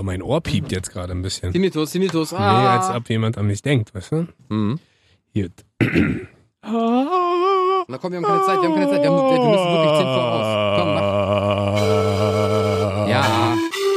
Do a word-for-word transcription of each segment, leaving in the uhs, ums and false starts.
Oh, mein Ohr piept jetzt gerade ein bisschen. Tinnitus, Tinnitus. Nee, Ah. als ob jemand an mich denkt, weißt du? Mhm. Hier. Na komm, wir haben keine Zeit, wir haben keine Zeit. Wir, haben, wir, wir müssen wirklich zehn voraus. Komm, mach. Ja.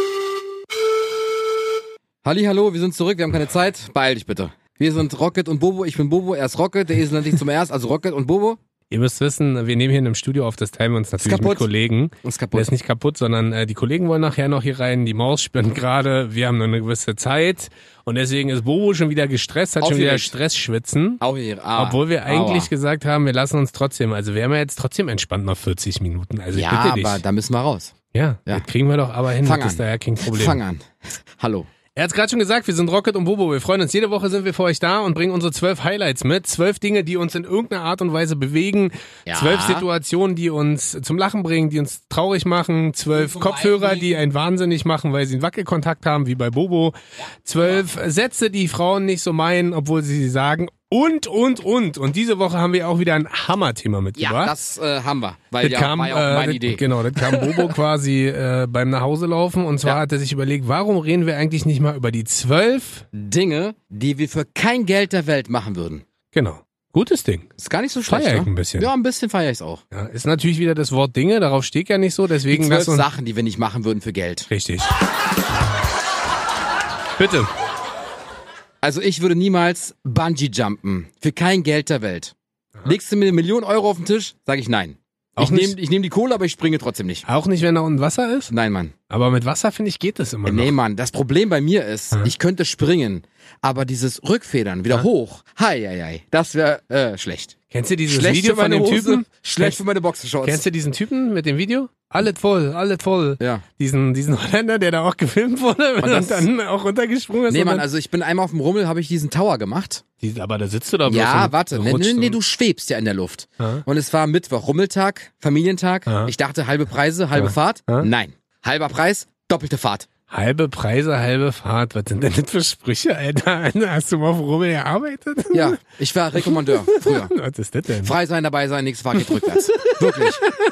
Hallihallo, wir sind zurück, wir haben keine Zeit. Beeil dich bitte. Wir sind Rocket und Bobo. Ich bin Bobo, er ist Rocket. Der Esel nennt sich zum Erst, also Rocket und Bobo. Ihr müsst wissen, wir nehmen hier in einem Studio auf, das teilen wir uns natürlich mit Kollegen. Ist kaputt. Der ist nicht kaputt, sondern äh, die Kollegen wollen nachher noch hier rein. Die Maus spinnt gerade. Wir haben nur eine gewisse Zeit. Und deswegen ist Bobo schon wieder gestresst, hat schon wieder Stressschwitzen. Auch hier. Ah, Obwohl wir eigentlich aua. gesagt haben, wir lassen uns trotzdem, also wir haben ja jetzt trotzdem entspannt noch vierzig Minuten. Also ich Ja, bitte dich. aber da müssen wir raus. Ja, Ja. das kriegen wir doch aber hin. Fang Das ist an. daher kein Problem. Fang an. Hallo. Er hat es gerade schon gesagt, wir sind Rocket und Bobo. Wir freuen uns. Jede Woche sind wir für euch da und bringen unsere zwölf Highlights mit. Zwölf Dinge, die uns in irgendeiner Art und Weise bewegen. Ja. Zwölf Situationen, die uns zum Lachen bringen, die uns traurig machen. Zwölf Zum Kopfhörer, Weinen. die einen wahnsinnig machen, weil sie einen Wackelkontakt haben, wie bei Bobo. Zwölf Sätze, die Frauen nicht so meinen, obwohl sie sie sagen. Und, und, und. Und diese Woche haben wir auch wieder ein Hammerthema Ja, mitgebracht. das äh, haben wir. Weil Das ja, kam, war ja auch äh, meine das, Idee. Genau, das kam Bobo quasi äh, beim Nachhauselaufen. Und zwar Ja. hat er sich überlegt, warum reden wir eigentlich nicht mal über die zwölf? Dinge, die wir für kein Geld der Welt machen würden. Genau. Gutes Ding. Ist gar nicht so schlecht, Feier ich ne? ein bisschen. Ja, ein bisschen feiere ich es auch. Ja, ist natürlich wieder das Wort Dinge, darauf stehe ich ja nicht so, Die deswegen zwölf lass uns... Sachen, die wir nicht machen würden für Geld. Richtig. Bitte. Also ich würde niemals Bungee jumpen. Für kein Geld der Welt. Legst du mir eine Million Euro auf den Tisch, sage ich nein. Auch Ich nicht? nehme ich nehm die Kohle, aber ich springe trotzdem nicht. Auch nicht, wenn da unten Wasser ist? Nein, Mann. Aber mit Wasser, finde ich, geht das immer noch. Nee, Mann. Das Problem bei mir ist, Aha. ich könnte springen, aber dieses Rückfedern wieder hoch, hei, hei, hei, das wäre äh, schlecht. Kennst du dieses Schlecht Video für von meine dem Hose, Typen? schlecht für meine Boxershorts. Kennst du diesen Typen mit dem Video? Alles voll, alles voll. Ja. Diesen, diesen Holländer, der da auch gefilmt wurde und, das- dann auch runtergesprungen ist. Nee, und Mann, dann, also ich bin einmal auf dem Rummel, habe ich diesen Tower gemacht. die, aber da sitzt du da bloß Ja, und warte. Nee, rutscht nee, nee, und- du schwebst ja in der Luft. Ja. Und es war Mittwoch, Rummeltag, Familientag. Ja. Ich dachte, halbe Preise, halbe Ja. Fahrt. Ja. Nein. Halber Preis, doppelte Fahrt. Halbe Preise, halbe Fahrt. Was sind denn das für Sprüche, Alter? Hast du mal auf dem Rummel gearbeitet? Ja, ich war Rekommandeur früher. Was ist das denn? Frei sein, dabei sein, nächste Fahrt geht rückwärts. Wirklich.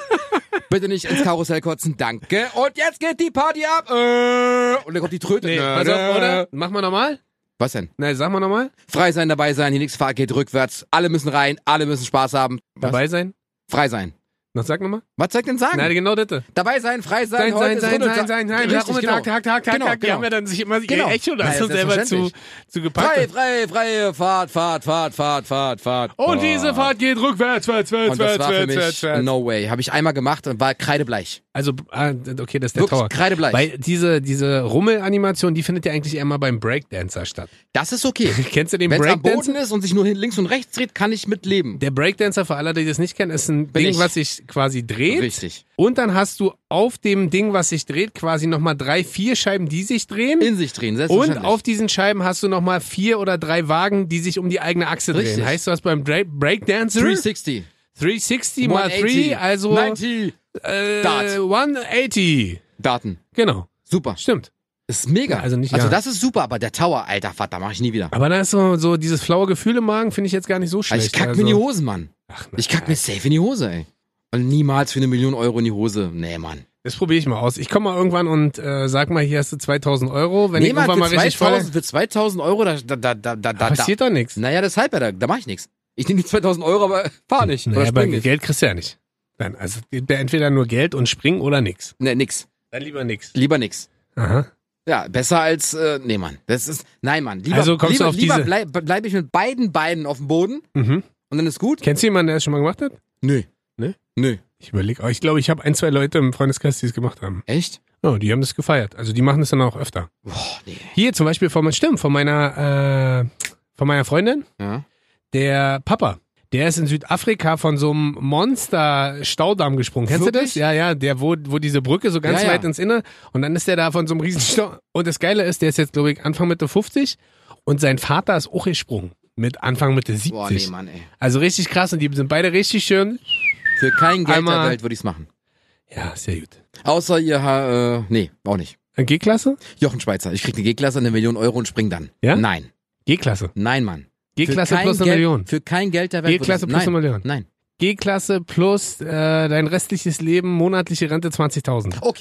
Bitte nicht ins Karussell kotzen, danke. Und jetzt geht die Party ab. Äh, und dann kommt die Tröte. Nee, pass auf, oder? Mach mal nochmal. Was denn? Nein, sag mal nochmal. Frei sein, dabei sein, die nächste Fahrt geht rückwärts. Alle müssen rein, alle müssen Spaß haben. Was? Dabei sein. Frei sein. Noch sag nochmal. Was soll ich denn sagen? Nein, genau das. Dabei sein, frei sein, Sein, heute sein, ist sein, Rummeltag. sein, sein, sein. Richtig, Rummel, genau. Tag, Tag, Tag, Tag, Genau, Tag. Die genau. haben ja dann sich immer ihr Genau. Echo Ja, lassen und selber zu, selbstverständlich. zu gepackt. Frei, frei, freie Fahrt, Fahrt, Fahrt, Fahrt, Fahrt, Fahrt. Und Oh. diese Fahrt geht rückwärts, wärts, wärts, Und das wärts, war für wärts, mich wärts, wärts. no way. Habe ich einmal gemacht und war kreidebleich. Also, ah, okay, das ist der Wirklich Tower. kreidebleich. Weil diese, diese Rummel-Animation, die findet ja eigentlich eher mal beim Breakdancer statt. Das ist okay. Kennst du den Wenn es am Breakdancer? Boden ist und sich nur hin, links und rechts dreht, kann ich mitleben. Der Breakdancer, für alle, die das nicht kennen, ist ein Bin Ding, ich. was sich quasi dreht. Richtig. Und dann hast du auf dem Ding, was sich dreht, quasi nochmal drei, vier Scheiben, die sich drehen. In sich drehen, Und selbstverständlich. auf diesen Scheiben hast du nochmal vier oder drei Wagen, die sich um die eigene Achse drehen. Richtig. Heißt du was beim Dra- Breakdancer? dreihundertsechzig. dreihundertsechzig mal hundertachtzig. drei, also neunzig. äh, Dart. hundertachtzig. Daten. Genau, Super. stimmt. Ist mega. Ja, also nicht- also ja. das ist super, aber der Tower, alter Vater, mache ich nie wieder. Aber da ist so, so dieses flaue Gefühl im Magen, finde ich jetzt gar nicht so Also schlecht. ich kack also, mir in die Hosen, Mann. Ach, na, Ich kack mir safe in die Hose, ey. Und niemals für eine Million Euro in die Hose. Nee, Mann. Das probiere ich mal aus. Ich komme mal irgendwann und äh, sag mal, hier hast du zweitausend Euro. Wenn nee, ich Mann, irgendwann für mal richtig falle, zweitausend, für zweitausend Euro, da, da, da, da, da, da. passiert doch nichts. Naja, deshalb, ja, da, da mach ich nichts. Ich nehme die zweitausend Euro, aber fahr nicht. Naja, oder aber spring nicht. Geld kriegst du ja nicht. Nein, also gibt ja entweder nur Geld und springen oder nix. Nee, nix. Dann lieber nix. Lieber nix. Aha. Ja, besser als, äh, nee, Mann. Das ist, nein, Mann. Lieber, Also kommst du lieber, auf lieber diese- bleib, bleib ich mit beiden Beinen auf dem Boden Mhm. und dann ist gut? Kennst du jemanden, der das schon mal gemacht hat? Nö. Ne? Nö. Ich überlege, oh, ich glaube, ich habe ein, zwei Leute im Freundeskreis, die es gemacht haben. Echt? Oh, die haben das gefeiert. Also die machen das dann auch öfter. Boah, nee. Hier zum Beispiel von, stimmt, von meiner, äh, von meiner Freundin, Ja. der Papa. Der ist in Südafrika von so einem Monster-Staudamm gesprungen. Kennst du Wirklich? das? Ja, ja, der, wo, wo diese Brücke so ganz Ja, ja. weit ins Innere. Und dann ist der da von so einem riesen Stau. Und das Geile ist, der ist jetzt, glaube ich, Anfang Mitte fünfzig. Und sein Vater ist auch gesprungen. Mit Anfang Mitte siebzig. Boah, nee, Mann, ey. Also richtig krass. Und die sind beide richtig schön. Für kein Geld Einmal- der Welt würde ich's machen. Ja, sehr gut. Außer ihr, ha- äh, nee, auch nicht. Äh, G-Klasse? Jochen Schweizer. Ich krieg eine G-Klasse, eine Million Euro und spring dann. Ja? Nein. G-Klasse. Nein, Mann. G-Klasse Für kein plus eine Geld, Million. Für kein Geld der Welt. würde G-Klasse ich's- plus Nein. eine Million. Nein. G-Klasse plus äh, dein restliches Leben, monatliche Rente zwanzigtausend. Okay.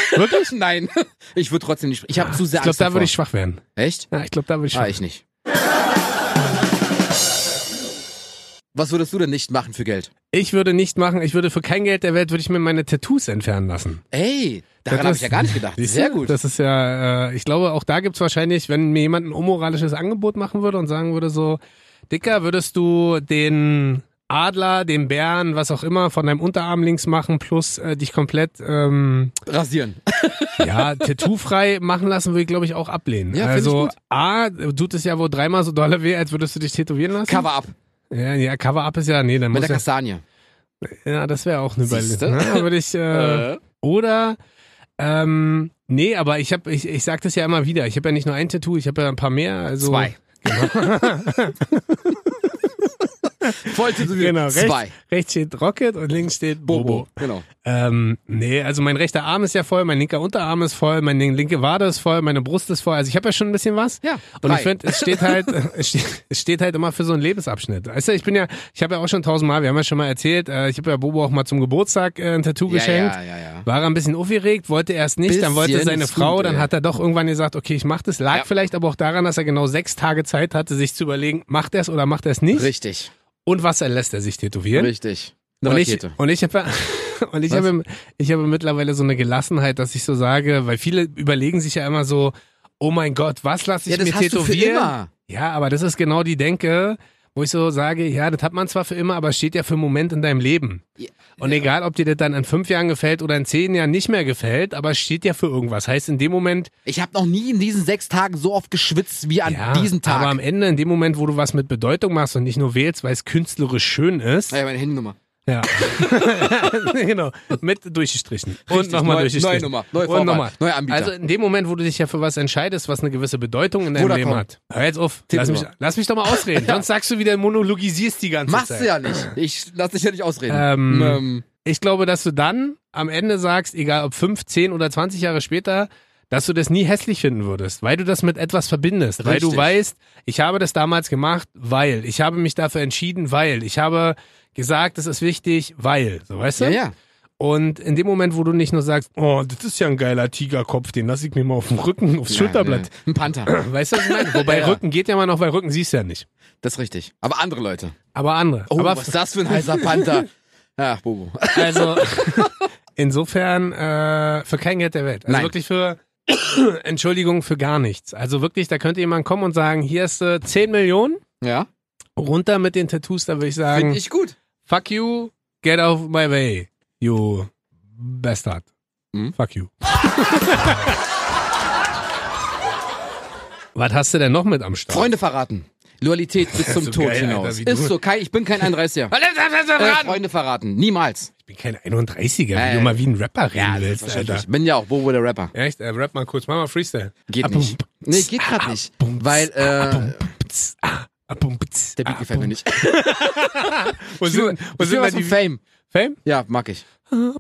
Wirklich? Nein. Ich würde trotzdem nicht. Ich habe zu sehr Ich glaube, Angst da würde davor. ich schwach werden. Echt? Ja, ich glaube, da würde ich schwach Ah, ich nicht. Was würdest du denn nicht machen für Geld? Ich würde nicht machen, ich würde für kein Geld der Welt, würde ich mir meine Tattoos entfernen lassen. Ey, daran Das habe ist- ich ja gar nicht gedacht. Siehst Sehr du? gut. Das ist ja, äh, ich glaube, auch da gibt's wahrscheinlich, wenn mir jemand ein unmoralisches Angebot machen würde und sagen würde so, Dicker, würdest du den Adler, den Bären, was auch immer, von deinem Unterarm links machen, plus äh, dich komplett ähm, Rasieren. ja, tattoofrei machen lassen, würde ich, glaube ich, auch ablehnen. Ja, find also ich gut. A, tut es ja wohl dreimal so dolle weh, als würdest du dich tätowieren lassen. Cover up. Ja, ja, Cover-Up ist ja, nee, dann Mit muss der ja, Kastanie. ja, das wäre auch eine Siehste? Überlegung. Ja, würde ich, äh, Äh. oder, ähm, nee, aber ich habe, ich, ich sag das ja immer wieder, ich habe ja nicht nur ein Tattoo, ich habe ja ein paar mehr, also. Zwei. Voll tätowiert. Genau, rechts, Zwei. rechts steht Rocket und links steht Bobo. Genau. Ähm, nee, also mein rechter Arm ist ja voll, mein linker Unterarm ist voll, meine linke Wade ist voll, meine Brust ist voll. Also ich habe ja schon ein bisschen was. Ja, Und drei. ich finde, es steht halt, es steht, es steht halt immer für so einen Lebensabschnitt. Weißt du, ich bin ja, ich habe ja auch schon tausendmal, wir haben ja schon mal erzählt, äh, ich habe ja Bobo auch mal zum Geburtstag äh, ein Tattoo Ja, geschenkt. ja, ja, ja. War er ein bisschen aufgeregt, wollte erst nicht, dann wollte Bisschen seine ist Frau, gut, dann ey. hat er doch irgendwann gesagt, okay, ich mach das. Lag Ja. vielleicht aber auch daran, dass er genau sechs Tage Zeit hatte, sich zu überlegen, macht er es oder macht er es nicht? Richtig. Und was er lässt er sich tätowieren? Richtig. Eine Und ich, Rakete. und ich habe und ich Was? habe ich habe mittlerweile so eine Gelassenheit, dass ich so sage, weil viele überlegen sich ja immer so, oh mein Gott, was lasse ich Ja, das mir hast du für tätowieren? immer. Ja, aber das ist genau die Denke, wo ich so sage, ja, das hat man zwar für immer, aber es steht ja für einen Moment in deinem Leben. Ja. Und egal, ob dir das dann in fünf Jahren gefällt oder in zehn Jahren nicht mehr gefällt, aber es steht ja für irgendwas. Heißt, in dem Moment, Ich habe noch nie in diesen sechs Tagen so oft geschwitzt wie an ja, diesem Tag. aber am Ende, in dem Moment, wo du was mit Bedeutung machst und nicht nur wählst, weil es künstlerisch schön ist, Ja, meine Handynummer. ja, genau, mit durchgestrichen und Richtig, nochmal neu- durchgestrichen. neue Nummer, neue und Vorwahl, nochmal. neuer Anbieter. Also in dem Moment, wo du dich ja für was entscheidest, was eine gewisse Bedeutung in deinem Vodacom. Leben hat. Hör jetzt auf, lass mich, Telefon. lass mich doch mal ausreden, sonst sagst du wieder, monologisierst die ganze Machst Zeit. du ja nicht. Ich lass dich ja nicht ausreden. Ähm, ähm, Ich glaube, dass du dann am Ende sagst, egal ob fünf, zehn oder zwanzig Jahre später, dass du das nie hässlich finden würdest, weil du das mit etwas verbindest, weil du Richtig. weißt, ich habe das damals gemacht, weil, ich habe mich dafür entschieden, weil, ich habe gesagt, das ist wichtig, weil, so weißt du? ja, ja. Und in dem Moment, wo du nicht nur sagst, oh, das ist ja ein geiler Tigerkopf, den lass ich mir mal auf dem Rücken, aufs Schulterblatt. Ja, Ein Panther. Weißt du, was ich meine? Wobei Ja, ja. Rücken geht ja mal noch, weil Rücken siehst du ja nicht. Das ist richtig. Aber andere Leute. Aber andere. Oh, Aber was ist das für ein heißer Panther? Ja, Bobo. also, insofern, äh, für kein Geld der Welt. Also Nein. wirklich für, Entschuldigung, für gar nichts. Also wirklich, da könnte jemand kommen und sagen, hier ist äh, zehn Millionen, Ja, runter mit den Tattoos, da würde ich sagen, finde ich gut. fuck you, get out of my way, you bastard. Mhm. Fuck you. Was hast du denn noch mit am Start? Freunde verraten. Loyalität bis zum So Tod geil, hinaus. Alter, wie du- Ist so, kein, ich bin kein einunddreißiger. Äh, Freunde verraten. Niemals. Ich bin kein einunddreißiger, wie Äh, du mal wie ein Rapper reden Ja, willst, selbstverständlich. Alter. Ich bin ja auch Bobo der Rapper. Echt? Äh, rap mal kurz, mach mal Freestyle. Geht Ah, nicht. bum, Nee, geht grad ah, nicht. bum, Weil, ah, äh, bum, pts, ah, ah, bum, pts, der Beat ah, gefällt mir bum. nicht. Wo Ich will, sind, wo ich will sind was da von die Fame. Fame? Ja, mag ich.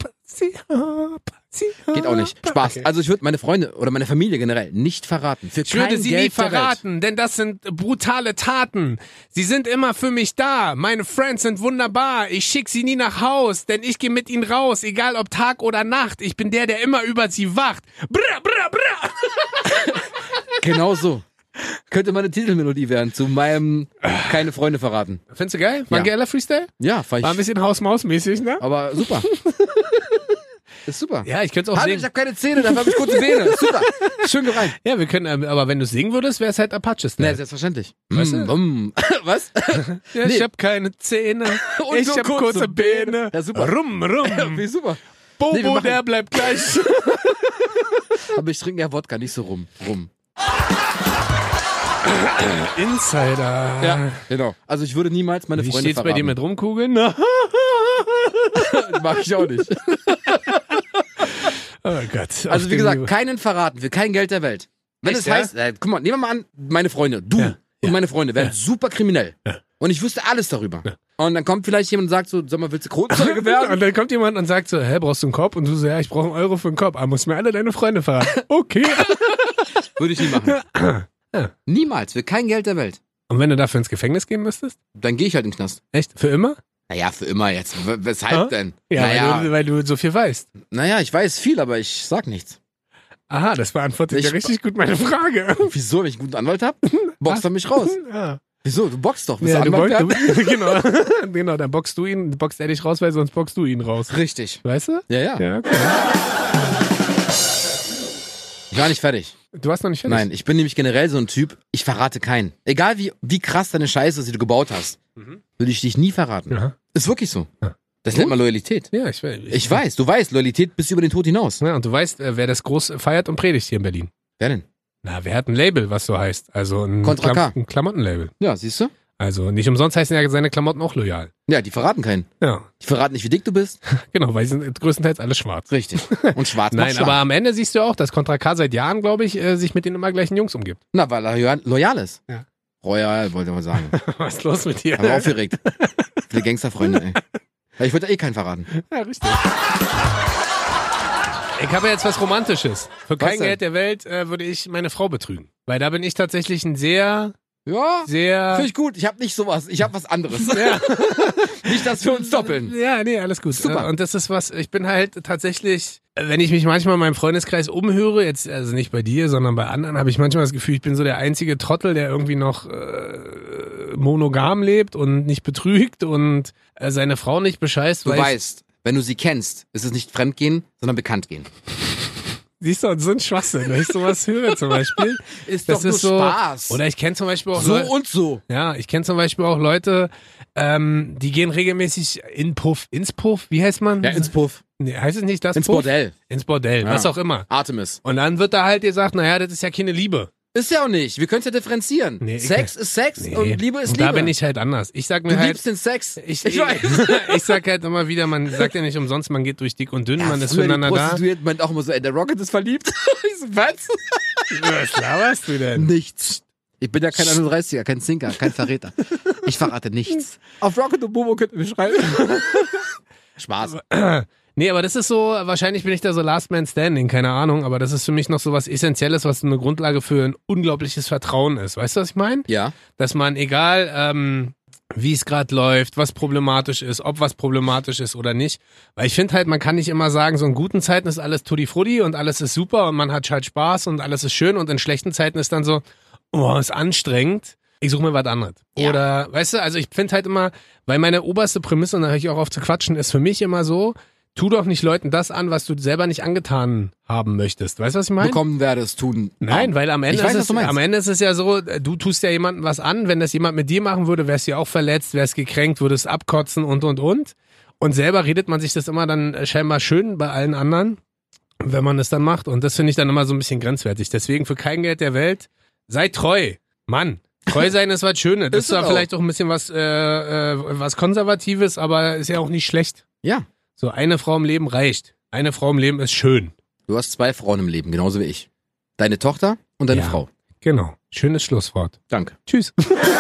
Geht auch nicht. Spaß. Okay. Also ich würde meine Freunde oder meine Familie generell nicht verraten. Für Ich würde kein sie Geld nie der Welt. verraten, denn das sind brutale Taten. Sie sind immer für mich da. Meine Friends sind wunderbar. Ich schick sie nie nach Haus, denn ich gehe mit ihnen raus, egal ob Tag oder Nacht. Ich bin der, der immer über sie wacht. Brr, brr, brr. Genau so. Könnte meine Titelmelodie werden zu meinem Keine Freunde verraten. Findest du geil? War ein Ja. geiler Freestyle? Ja, war ich. War ein bisschen Haus-Maus-mäßig, ne? Aber super. Ist super. Ja, ich könnte es auch Hallo, singen. ich habe keine Zähne, dafür habe ich kurze Beine. Ist super. Schön gereimt. Ja, wir können, ähm, aber wenn du es singen würdest, wäre es halt Apache-Style. Ne, selbstverständlich. Weißt du? Mm, mm. Was? Ja, Nee. ich hab keine Zähne. Und ich so hab kurze kurze Beine. Ja, super. Rum, rum. Wie super. Bobo, Nee, wir machen- der bleibt gleich. Aber ich trinke ja Wodka nicht so rum. Rum. Insider. Ja, genau. Also ich würde niemals meine Wie Freunde steht's verraten. bei dir mit Rumkugeln? oh Mag ich auch nicht. Gott. Also auf wie dem gesagt, Niveau. keinen verraten, für kein Geld der Welt. Wenn Echt, es ja? heißt, äh, guck mal, nehmen wir mal an, meine Freunde, du Ja, und meine Freunde wären super kriminell. Ja. Und ich wüsste alles darüber. Und dann kommt vielleicht jemand und sagt so, sag mal, willst du Kronzeuge werden? Und dann kommt jemand und sagt so, hä, brauchst du einen Korb? Und du so, ja, ich brauche einen Euro für einen Korb. Aber musst mir alle deine Freunde verraten. Okay. Würde ich nie machen. Ja. Niemals, für kein Geld der Welt. Und wenn du dafür ins Gefängnis gehen müsstest? Dann gehe ich halt in den Knast. Echt? Für immer? Naja, für immer jetzt. W- weshalb Hä? denn? Ja, naja, weil, du, weil du so viel weißt. naja, ich weiß viel, aber ich sag nichts. Aha, das beantwortet Ich- ja richtig gut meine Frage. Wieso, wenn ich einen guten Anwalt hab? Boxt er mich raus. Ja. Wieso? Du boxst doch. Bist Ja, du du Anwalt boxt, werden? du, genau, genau, dann boxst du ihn, boxt er dich raus, weil sonst boxst du ihn raus. Richtig. Weißt du? Ja, ja. Ja, okay. Ich war nicht fertig. Du hast noch nicht fertig? Nein, ich bin nämlich generell so ein Typ, ich verrate keinen. Egal wie, wie krass deine Scheiße ist, die du gebaut hast, Mhm. würde ich dich nie verraten. Ja. Ist wirklich so. Ja. Das Gut. nennt man Loyalität. Ja, ich, ich, Ich weiß, du weißt, Loyalität bis über den Tod hinaus. Ja, und du weißt, äh, wer das groß feiert und predigt hier in Berlin. Wer denn? Na, wer hat ein Label, was so heißt? Also ein, Contra K. ein Klamottenlabel. Ja, siehst du? Also nicht umsonst heißen ja seine Klamotten auch loyal. Ja, die verraten keinen. Ja, Die verraten nicht, wie dick du bist. genau, weil sie sind größtenteils alle schwarz. Richtig. Und schwarz macht Nein, schwarz. aber am Ende siehst du auch, dass Contra K seit Jahren, glaube ich, äh, sich mit den immer gleichen Jungs umgibt. Na, weil er loyal- loyal ist. Ja. Royal, wollte ich mal sagen. Was ist los mit dir? Aber aufgeregt. Viele Gangsterfreunde, ey. Ja, ich würde eh keinen verraten. Ja, richtig. Ich habe jetzt was Romantisches. Für Was kein denn? Geld der Welt äh, würde ich meine Frau betrügen. Weil da bin ich tatsächlich ein sehr, Ja, sehr... finde ich gut. Ich habe nicht sowas. Ich habe was anderes. Ja. Nicht, dass wir uns doppeln. Ja, nee, alles gut. Super. Äh, Und das ist was, ich bin halt tatsächlich, äh, wenn ich mich manchmal in meinem Freundeskreis umhöre, jetzt also nicht bei dir, sondern bei anderen, habe ich manchmal das Gefühl, ich bin so der einzige Trottel, der irgendwie noch äh, monogam lebt und nicht betrügt und äh, seine Frau nicht bescheißt. Du weil ich, weißt, wenn du sie kennst, ist es nicht Fremdgehen, sondern Bekanntgehen. siehst du, und so ein Schwachsinn, wenn ich sowas höre zum Beispiel. Ist Das doch ist nur so, Spaß. oder ich kenne zum Beispiel auch so Leute, und so. ja, ich kenne zum Beispiel auch Leute, ähm, die gehen regelmäßig in Puff, ins Puff, wie heißt man? Ja, ins Puff. Nee, heißt es nicht das Ins Puff? Bordell. Ins Bordell, Ja. was auch immer. Artemis. Und dann wird da halt gesagt, naja, das ist ja keine Liebe. Ist ja auch nicht. Wir können es ja differenzieren. Nee, ich- Sex ist Sex Nee. und Liebe ist und Liebe. da bin ich halt anders. Ich sag mir du halt, liebst den Sex. ich, ich ich, weiß. ich sag halt immer wieder, man sagt ja nicht umsonst, man geht durch dick und dünn, Ja, man ist früher die füreinander da. Prostituierten meint auch immer so, ey, der Rocket ist verliebt. Ich so, was? Was laberst du denn? Nichts. Ich bin ja kein einunddreißiger, kein Zinker, kein Verräter. Ich verrate nichts. Auf Rocket und Bobo könnt ihr mich schreiben. Spaß. Nee, aber das ist so, wahrscheinlich bin ich da so Last Man Standing, keine Ahnung, aber das ist für mich noch so was Essentielles, was eine Grundlage für ein unglaubliches Vertrauen ist. Weißt du, was ich meine? Ja. Dass man, egal ähm, wie es gerade läuft, was problematisch ist, ob was problematisch ist oder nicht, weil ich finde halt, man kann nicht immer sagen, so in guten Zeiten ist alles tutti frutti und alles ist super und man hat halt Spaß und alles ist schön und in schlechten Zeiten ist dann so, oh, ist anstrengend. Ich suche mir was anderes. Ja. Oder, weißt du, also ich finde halt immer, weil meine oberste Prämisse, und da höre ich auch auf zu quatschen, ist für mich immer so, tu doch nicht Leuten das an, was du selber nicht angetan haben möchtest. Weißt du, was ich meine? Bekommen werde es tun. Nein, weil am Ende, Ich weiß, ist was es, du meinst. am Ende ist es ja so, du tust ja jemandem was an, wenn das jemand mit dir machen würde, wärst du ja auch verletzt, wärst gekränkt, würdest abkotzen und, und, und. Und selber redet man sich das immer dann scheinbar schön bei allen anderen, wenn man es dann macht. Und das finde ich dann immer so ein bisschen grenzwertig. Deswegen für kein Geld der Welt, sei treu. Mann, treu sein ist was Schönes. Das Ist ist zwar es auch. vielleicht auch ein bisschen was, äh, äh, was Konservatives, aber ist ja auch nicht schlecht. Ja. So, eine Frau im Leben reicht. Eine Frau im Leben ist schön. Du hast zwei Frauen im Leben, genauso wie ich. Deine Tochter und deine Ja. Frau. Genau. Schönes Schlusswort. Danke. Tschüss.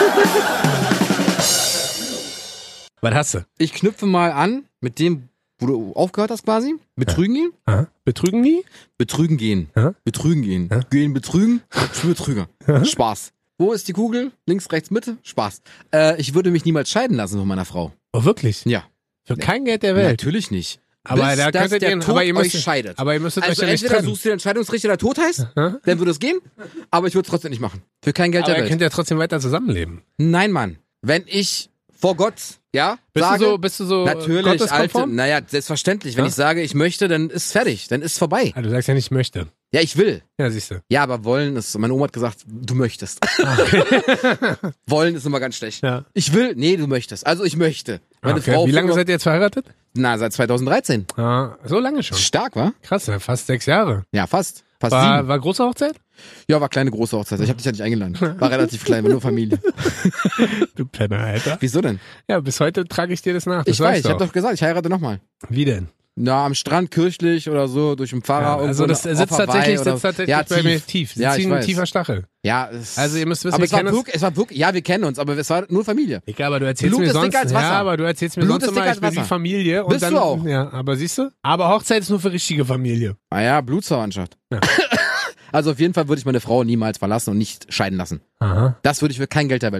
Was hast du? Ich knüpfe mal an mit dem, wo du aufgehört hast quasi. Betrügen gehen? Aha. Betrügen die? Betrügen gehen. Ja. Betrügen gehen. Ja. Gehen betrügen. Ich bin Betrüger. Spaß. Wo ist die Kugel? Links, rechts, Mitte? Spaß. Äh, ich würde mich niemals scheiden lassen von meiner Frau. Oh, wirklich? Ja. Für kein Geld der Welt. Natürlich nicht. Aber Bis, da dass könntet der ihr, Tod aber ihr euch müsst, scheidet. aber ihr müsstet Also euch ja nicht entweder trennen. suchst du den Entscheidungsrichter, der tot heißt, Hä? dann würde es gehen, aber ich würde es trotzdem nicht machen. Für kein Geld Aber der ihr Welt. könnt ja trotzdem weiter zusammenleben. Nein, Mann. Wenn ich vor Gott, ja, Bist sage, du so, bist du so natürlich, Alte, gotteskonform? naja, selbstverständlich. Wenn Ja. ich sage, ich möchte, dann ist fertig, dann ist vorbei. Ah, du sagst ja nicht, ich möchte. Ja, ich will. Ja, siehst du. Ja, aber wollen ist, meine Oma hat gesagt, du möchtest. Wollen ist immer ganz schlecht. Ja. Ich will, nee, du möchtest. Also ich möchte. Meine Okay. Frau, Wie lange seid ihr jetzt verheiratet? Na, seit zweitausenddreizehn. Ah, so lange schon. Stark, wa? Krass, ja, fast sechs Jahre. Ja, fast. Fast War, sieben. war große Hochzeit? Ja, war kleine, große Hochzeit. Ich habe dich ja nicht eingeladen. War relativ klein, war nur Familie. Du Penner, Alter. Wieso denn? Ja, bis heute trage ich dir das nach. Das Ich weiß, weißt ich du habe auch. doch gesagt, ich heirate nochmal. Wie denn? Na, am Strand kirchlich oder so, durch den Pfarrer. Ja, irgendwo also das auf sitzt Hawaii tatsächlich, oder- sitzt tatsächlich ja, bei mir tief. Ja, Sitzt ich wie ein weiß. tiefer Stachel. Ja, es, Also ihr müsst wissen, aber wir es war, kennen uns- wirklich, es war wirklich, ja, wir kennen uns, aber es war nur Familie. Egal, aber du erzählst Blut mir ist sonst, dicker als Wasser. ja, aber du erzählst mir Blut sonst ist immer, dicker ich bin als wie Wasser. Familie. Und Bist dann, du auch. Ja, aber siehst du? Aber Hochzeit ist nur für richtige Familie. Ah ja, Blutsverwandtschaft. Ja. Also auf jeden Fall würde ich meine Frau niemals verlassen und nicht scheiden lassen. Aha. Das würde ich für kein Geld der Welt machen.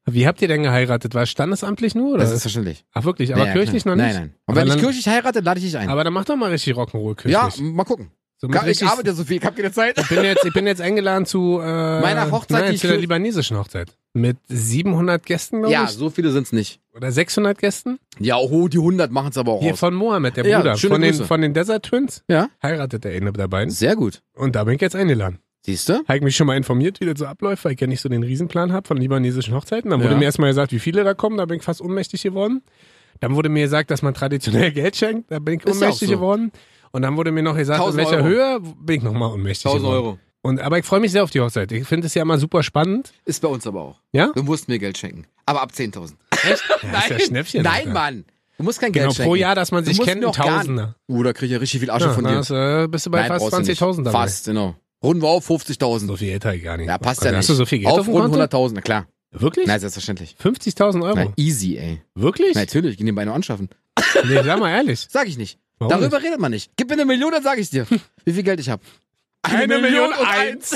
Wie habt ihr denn geheiratet? War es standesamtlich nur? Oder? Das ist verständlich. Ach wirklich, aber Ja, ja, kirchlich klar. noch nicht? Nein, nein. Und wenn Aber ich dann- kirchlich heirate, lade ich dich ein. Aber dann mach doch mal richtig Rock'n'Roll kirchlich. Ja, mal gucken. So mit Ich richtig, arbeite so viel, ich hab keine Zeit. ich, bin jetzt, ich bin jetzt eingeladen zu äh, Meiner Hochzeit, die nein, ich zu der für- libanesischen Hochzeit. Mit siebenhundert Gästen, glaube Ja, ich. so viele sind's nicht. Oder sechshundert Gästen. Ja, oh, die hundert machen's aber auch Hier aus. von Mohammed, der Ja, Bruder. schöne Von den, Grüße. von den Desert Twins. Ja, Heiratet der eine der beiden. sehr gut. Und da bin ich jetzt eingeladen. Siehst du? Habe ich mich schon mal informiert, wie das so abläuft, weil ich ja nicht so den Riesenplan habe von libanesischen Hochzeiten. Dann wurde Ja. mir erstmal gesagt, wie viele da kommen, da bin ich fast ohnmächtig geworden. Dann wurde mir gesagt, dass man traditionell Geld schenkt, da bin ich Ist ja auch ohnmächtig so. geworden. Und dann wurde mir noch gesagt, in tausend welcher Euro. Höhe bin ich nochmal ohnmächtig tausend geworden. Euro. Und, aber ich freue mich sehr auf die Hochzeit. Ich finde es ja immer super spannend. Ist bei uns aber auch. Ja? Du musst mir Geld schenken. Aber ab zehntausend. Echt? Ja, ist ja Schnäppchen. Nein, Alter. Mann. Du musst kein Genau, Geld schenken. pro Jahr, dass man Du sich musst kennt, mir ein auch gar- Tausender. Uh, da krieg ich ja richtig viel Asche Ja, von dir. das, äh, bist du bei Nein, fast brauchst du nicht. zwanzigtausend dabei. Fast, genau. Runden wir auf fünfzigtausend. So viel Geld habe ich gar nicht. Ja, passt Also, ja nicht. Hast du so viel Geld auf, auf dem rund Konto? hunderttausend, na klar. Wirklich? Nein, selbstverständlich. fünfzigtausend Euro? Nein, easy, ey. Wirklich? Natürlich, geh nebenbei nur anschaffen. Nee, sag mal ehrlich. Sag ich nicht. Warum Darüber redet man nicht. Gib mir eine Million, dann sag ich dir, wie viel Geld ich hab. Eine Million eins.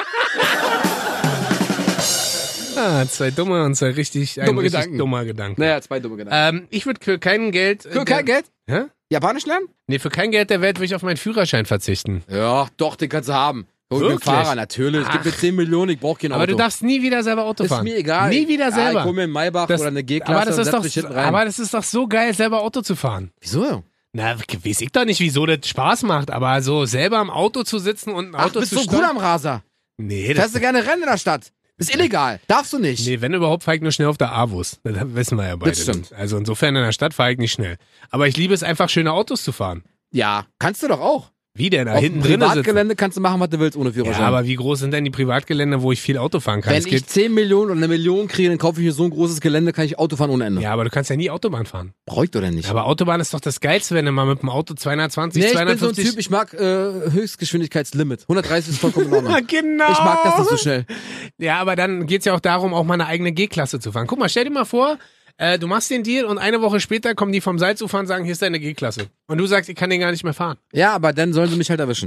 Ah, zwei dumme und zwei richtig, ein Dumme richtig Gedanken. dummer Gedanke. Naja, zwei dumme Gedanken. Ähm, ich würde für kein Geld... äh, Für kein Geld? Hä? Japanisch lernen? Nee, für kein Geld der Welt würde ich auf meinen Führerschein verzichten. Ja, doch, den kannst du haben. Hol mir einen Wirklich? Fahrer, natürlich. Gib mir zehn Millionen, ich brauch kein Auto. Aber du darfst nie wieder selber Auto Ist fahren. mir egal. Nie wieder Ja, selber. ich hol mir einen Maybach Das- oder eine aber G-Klasse das und ist setz doch, mich hinten rein. aber das ist doch so geil, selber Auto zu fahren. Wieso? Na, weiß ich doch nicht, wieso das Spaß macht, aber so selber im Auto zu sitzen und ein Ach, Auto bist zu du gut steuern. am Raser? Nee, das, Fährst du gerne Rennen in der Stadt? Ist illegal. Darfst du nicht. nee, wenn überhaupt, fahre ich nur schnell auf der Avus. Das wissen wir ja beide. Das stimmt. Also insofern in der Stadt fahre ich nicht schnell. Aber ich liebe es einfach, schöne Autos zu fahren. Ja, kannst du doch auch. Wie denn? Da Auf hinten dem drin sitzen. Privatgelände kannst du machen, was du willst, ohne Ja, Führerschein. aber wie groß sind denn die Privatgelände, wo ich viel Auto fahren kann? Wenn Es ich geht, zehn Millionen oder eine Million kriege, dann kaufe ich mir so ein großes Gelände, kann ich Auto fahren ohne Ende. ja, aber du kannst ja nie Autobahn fahren. Bräucht oder nicht? Aber Autobahn ist doch das Geilste, wenn du mal mit dem Auto zweihundertzwanzig, nee, ich bin so ein zweihundertfünfzig... Typ, ich mag äh, Höchstgeschwindigkeitslimit. hundertdreißig ist vollkommen in Ordnung. genau. Ich mag das nicht so schnell. Ja, aber dann geht's ja auch darum, auch mal eine eigene G-Klasse zu fahren. Guck mal, stell dir mal vor, äh, du machst den Deal und eine Woche später kommen die vom Salzufer und sagen, hier ist deine G-Klasse. Und du sagst, ich kann den gar nicht mehr fahren. Ja, aber dann sollen sie mich halt erwischen.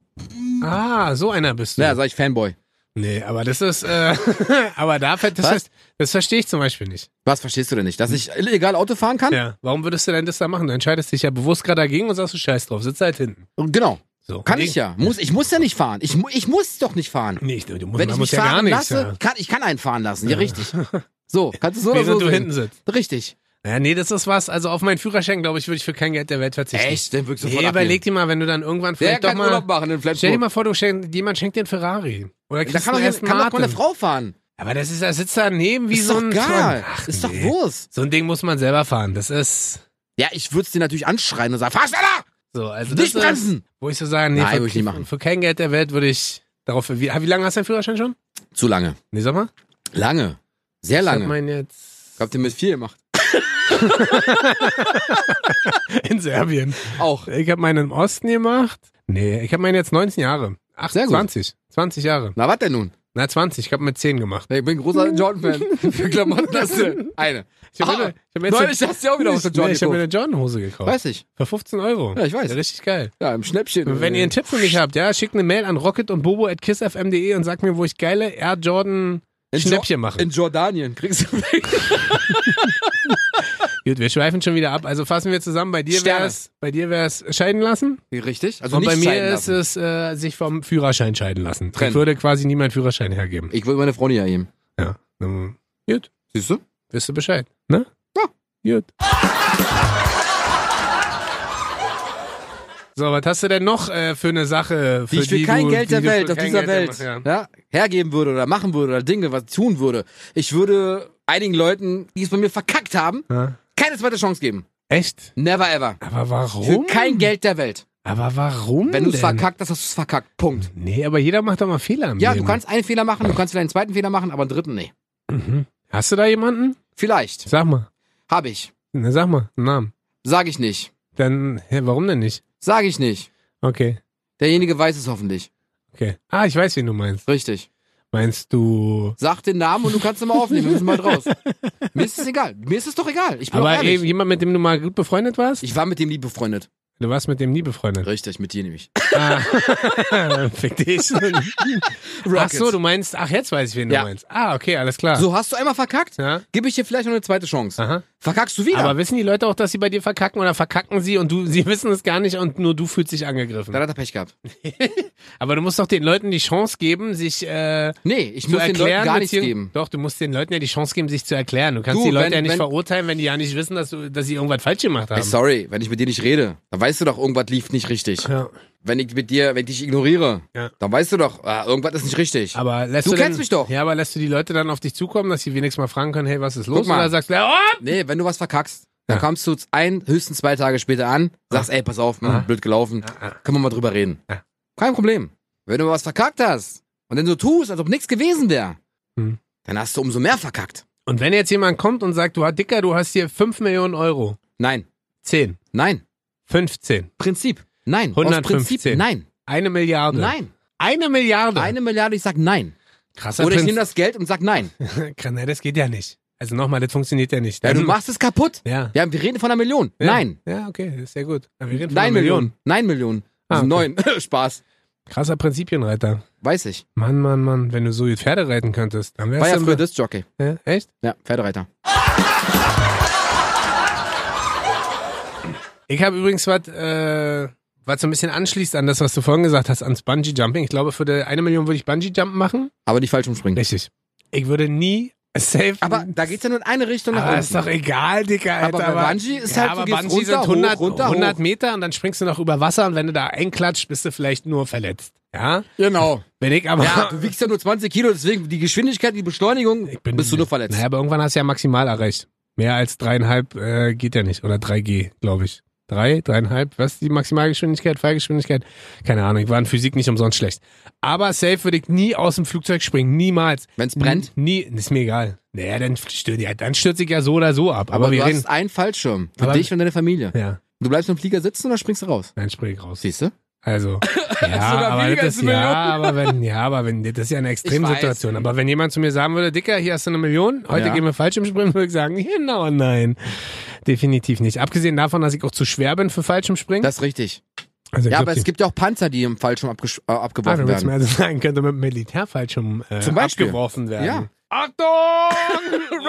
Ah, so einer bist du. Ja, sag ich Fanboy. Nee, aber das ist, äh, aber dafür, das, Was? das, das verstehe ich zum Beispiel nicht. Was verstehst du denn nicht? Dass ich illegal Auto fahren kann? Ja, warum würdest du denn das da machen? Du entscheidest dich ja bewusst gerade dagegen und sagst du Scheiß drauf, sitz halt hinten. Genau. So. Kann Nee, ich ja. Muss, ich muss ja nicht fahren. Ich, mu- ich muss doch nicht fahren. Nee, ich, du musst, Wenn man ich muss mich ja gar fahren nichts. lasse, Ja. kann, ich kann einen fahren lassen. Ja, richtig. So, kannst du so oder Während so du sehen. hinten sitzt. Richtig. Ja, nee, das ist was. Also auf meinen Führerschein, glaube ich, würde ich für kein Geld der Welt verzichten. Echt? Den wirklich sofort Nee, abnehmen. überleg dir mal, wenn du dann irgendwann Der vielleicht doch kann mal... Urlaub machen in Stell dir Flensburg. mal vor, du schenk, jemand schenkt dir einen Ferrari. Oder Da kriegst kann doch, einen jetzt, Aston kann doch mal eine Martin. Frau fahren. Aber das ist, da sitzt daneben wie Ist so doch ein... geil. Ach, Ist doch nee. Wurst. So ein Ding muss man selber fahren. Das ist... Ja, ich würde es dir natürlich anschreien und sagen, fahr schneller! So, also Nicht das bremsen! ist, wo ich so sagen, nee, Nein, für, würde ich nicht machen. für kein Geld der Welt würde ich darauf... Wie, wie lange hast du deinen Führerschein schon? Zu lange. Nee, sag mal. Lange. Sehr Ich hab lange. meinen jetzt... Habt ihr mit vier gemacht? In Serbien. Auch. Ich habe meinen im Osten gemacht. Nee, ich habe meinen jetzt neunzehn Jahre. Ach, Sehr gut. zwanzig. zwanzig Jahre. Na, was denn nun? Na, zwanzig. Ich habe mit zehn gemacht. Ich bin großer Jordan-Fan. Für Klamotten hast du eine. Ich habe Ah, mir, ich hab mir jetzt neulich hast du ja auch wieder was von Jordan nee, ich habe mir gekauft. eine Jordan-Hose gekauft. Weiß ich. Für fünfzehn Euro. Ja, ich weiß. Ja, richtig geil. Ja, im Schnäppchen. Und wenn ihr einen Tipp für mich habt, ja, schickt eine Mail an rocket und bobo at kiss f m punkt de und sagt mir, wo ich geile Air Jordan in Schnäppchen Jo- mache. In Jordanien kriegst du weg. Gut, wir schweifen schon wieder ab. Also fassen wir zusammen. Bei dir Sterne. wär's, bei dir wär's scheiden lassen. Richtig? Also Und nicht bei mir scheiden ist lassen. es äh, sich vom Führerschein scheiden lassen. Trennen. Ich würde quasi nie meinen Führerschein hergeben. Ich würde meine Frau nicht erheben. Ja. Ähm, Gut, Siehst du? wisst du Bescheid, ne? Ja. Gut. So, was hast du denn noch äh, für eine Sache, für Die ich für die kein du, Geld die der du für Welt, auf kein dieser Geld der Welt, machst, ja. ja, hergeben würde oder machen würde oder Dinge, was tun würde. Ich würde einigen Leuten, die es bei mir verkackt haben, Ja. keine zweite Chance geben. Echt? Never ever. Aber warum? Für kein Geld der Welt. Aber warum Wenn du es denn? verkackt hast, hast du es verkackt. Punkt. Nee, aber jeder macht doch mal Fehler im Ja, Leben. du kannst einen Fehler machen, du kannst vielleicht einen zweiten Fehler machen, aber einen dritten nee. Mhm. Hast du da jemanden? Vielleicht. Sag mal. Hab ich. Na, sag mal, einen Namen. Sag ich nicht. Dann, hä, warum denn nicht? Sag ich nicht. Okay, Derjenige weiß es hoffentlich. okay. Ah, ich weiß, wen du meinst. Richtig. Meinst du... Sag den Namen und du kannst ihn mal aufnehmen. Wir müssen mal raus. Mir ist es egal. Mir ist es doch egal. Ich bin Aber doch ehrlich. eben jemand, mit dem du mal gut befreundet warst? Ich war mit dem lieb befreundet. Du warst mit dem nie befreundet. Richtig, mit dir nämlich. Ah, fick dich. Ach so, du meinst, ach jetzt weiß ich, wen Ja. du meinst. Ah, okay, alles klar. So, hast du einmal verkackt? Ja. Gebe ich dir vielleicht noch eine zweite Chance. Aha. Verkackst du wieder? Aber wissen die Leute auch, dass sie bei dir verkacken oder verkacken sie und du, sie wissen es gar nicht und nur du fühlst dich angegriffen? Dann hat er Pech gehabt. Aber du musst doch den Leuten die Chance geben, sich äh, Nee, ich zu muss den erklären. Leuten gar nichts beziehungs- geben. Doch, du musst den Leuten ja die Chance geben, sich zu erklären. Du kannst Du, die Leute wenn- ja nicht wenn- verurteilen, wenn die ja nicht wissen, dass, du, dass sie irgendwas falsch gemacht haben. Ey, sorry, wenn ich mit dir nicht rede, dann weißt du doch, irgendwas lief nicht richtig. Ja. Wenn ich mit dir, wenn ich dich ignoriere, Ja. dann weißt du doch, ah, irgendwas ist nicht richtig. Aber lässt Du du, kennst denn, mich doch. Ja, aber lässt du die Leute dann auf dich zukommen, dass sie wenigstens mal fragen können, hey, was ist los? Guck mal. Oder sagst du, ja, oh! Nee, wenn du was verkackst, dann Ja. kommst du ein, höchstens zwei Tage später an, sagst, ey, pass auf, hm, blöd gelaufen, Ja. können wir mal drüber reden. Ja. Kein Problem. Wenn du was verkackt hast und dann so tust, als ob nichts gewesen wäre, Hm. dann hast du umso mehr verkackt. Und wenn jetzt jemand kommt und sagt, du hast Dicker, du hast hier fünf Millionen Euro. Nein, zehn, nein, fünfzehn, Prinzip, nein, aus hundertfünfzehn. Prinzip, nein, eine Milliarde. nein, Eine Milliarde. eine Milliarde, ich sag nein. Krasser Oder ich Prinz. nehme das Geld und sag nein. Nee, das geht ja nicht. Also nochmal, das funktioniert ja nicht. Ja, du Dann- machst es kaputt. Ja. Ja, wir reden von einer Million. ja. Nein. Ja, okay, das ist sehr gut. Aber wir reden von Nein einer Millionen. Nein Millionen. Ah, Also okay. neun. Spaß. Krasser Prinzipienreiter. Weiß ich. Mann, Mann, Mann, wenn du so gut Pferde reiten könntest, dann wärst War ja du... früher Disc-Jockey. ja, echt? Ja, Pferdereiter. Ich habe übrigens was, äh, was so ein bisschen anschließt an das, was du vorhin gesagt hast, ans Bungee-Jumping. Ich glaube, für die eine Million würde ich Bungee-Jumpen machen. Aber nicht falsch umspringen. Richtig. Ich würde nie safe... Aber da geht's ja nur in eine Richtung nach Aber unten. ist doch egal, Dicker, Alter. Aber bei Bungee ist ja, halt, du aber gehst Bungee runter, sind hundert, hoch, runter, hundert hoch. Meter und dann springst du noch über Wasser und wenn du da einklatscht, bist du vielleicht nur verletzt. Ja? Genau. Wenn ich aber... Ja, du wiegst ja nur zwanzig Kilo, deswegen die Geschwindigkeit, die Beschleunigung, ich bin, bist du nur verletzt. Naja, aber irgendwann hast du ja maximal erreicht. Mehr als dreieinhalb äh, geht ja nicht. Oder drei G, glaube ich. Drei, dreieinhalb, was ist die Maximalgeschwindigkeit, Fallgeschwindigkeit? Keine Ahnung, ich war in Physik nicht umsonst schlecht. Aber safe würde ich nie aus dem Flugzeug springen, niemals. Wenn's brennt? Nie, ist mir egal. Naja, dann, stür, ja, dann stürze ich ja so oder so ab. Aber, Aber wir du reden... hast einen Fallschirm. Für Aber- dich und deine Familie. Ja, Du bleibst im Flieger sitzen oder springst du raus? dann springe ich raus. Siehst du? Also, ja, Sogar aber weniger das ist, als eine ja, Million. aber wenn, ja, aber wenn, das ist ja eine Extremsituation. weiß. Aber wenn jemand zu mir sagen würde, Dicker, hier hast du eine Million, heute Ja. gehen wir Fallschirmspringen, würde ich sagen, genau, nein. Definitiv nicht. Abgesehen davon, dass ich auch zu schwer bin für Fallschirmspringen. Das ist richtig. Also, ich Ja, glaub, aber es die- gibt ja auch Panzer, die im Fallschirm abgesch äh, Ah, abgeworfen du willst mir werden. also sagen, könnte mit dem Militärfallschirm äh, Zum Beispiel. abgeworfen werden. Ja. Achtung!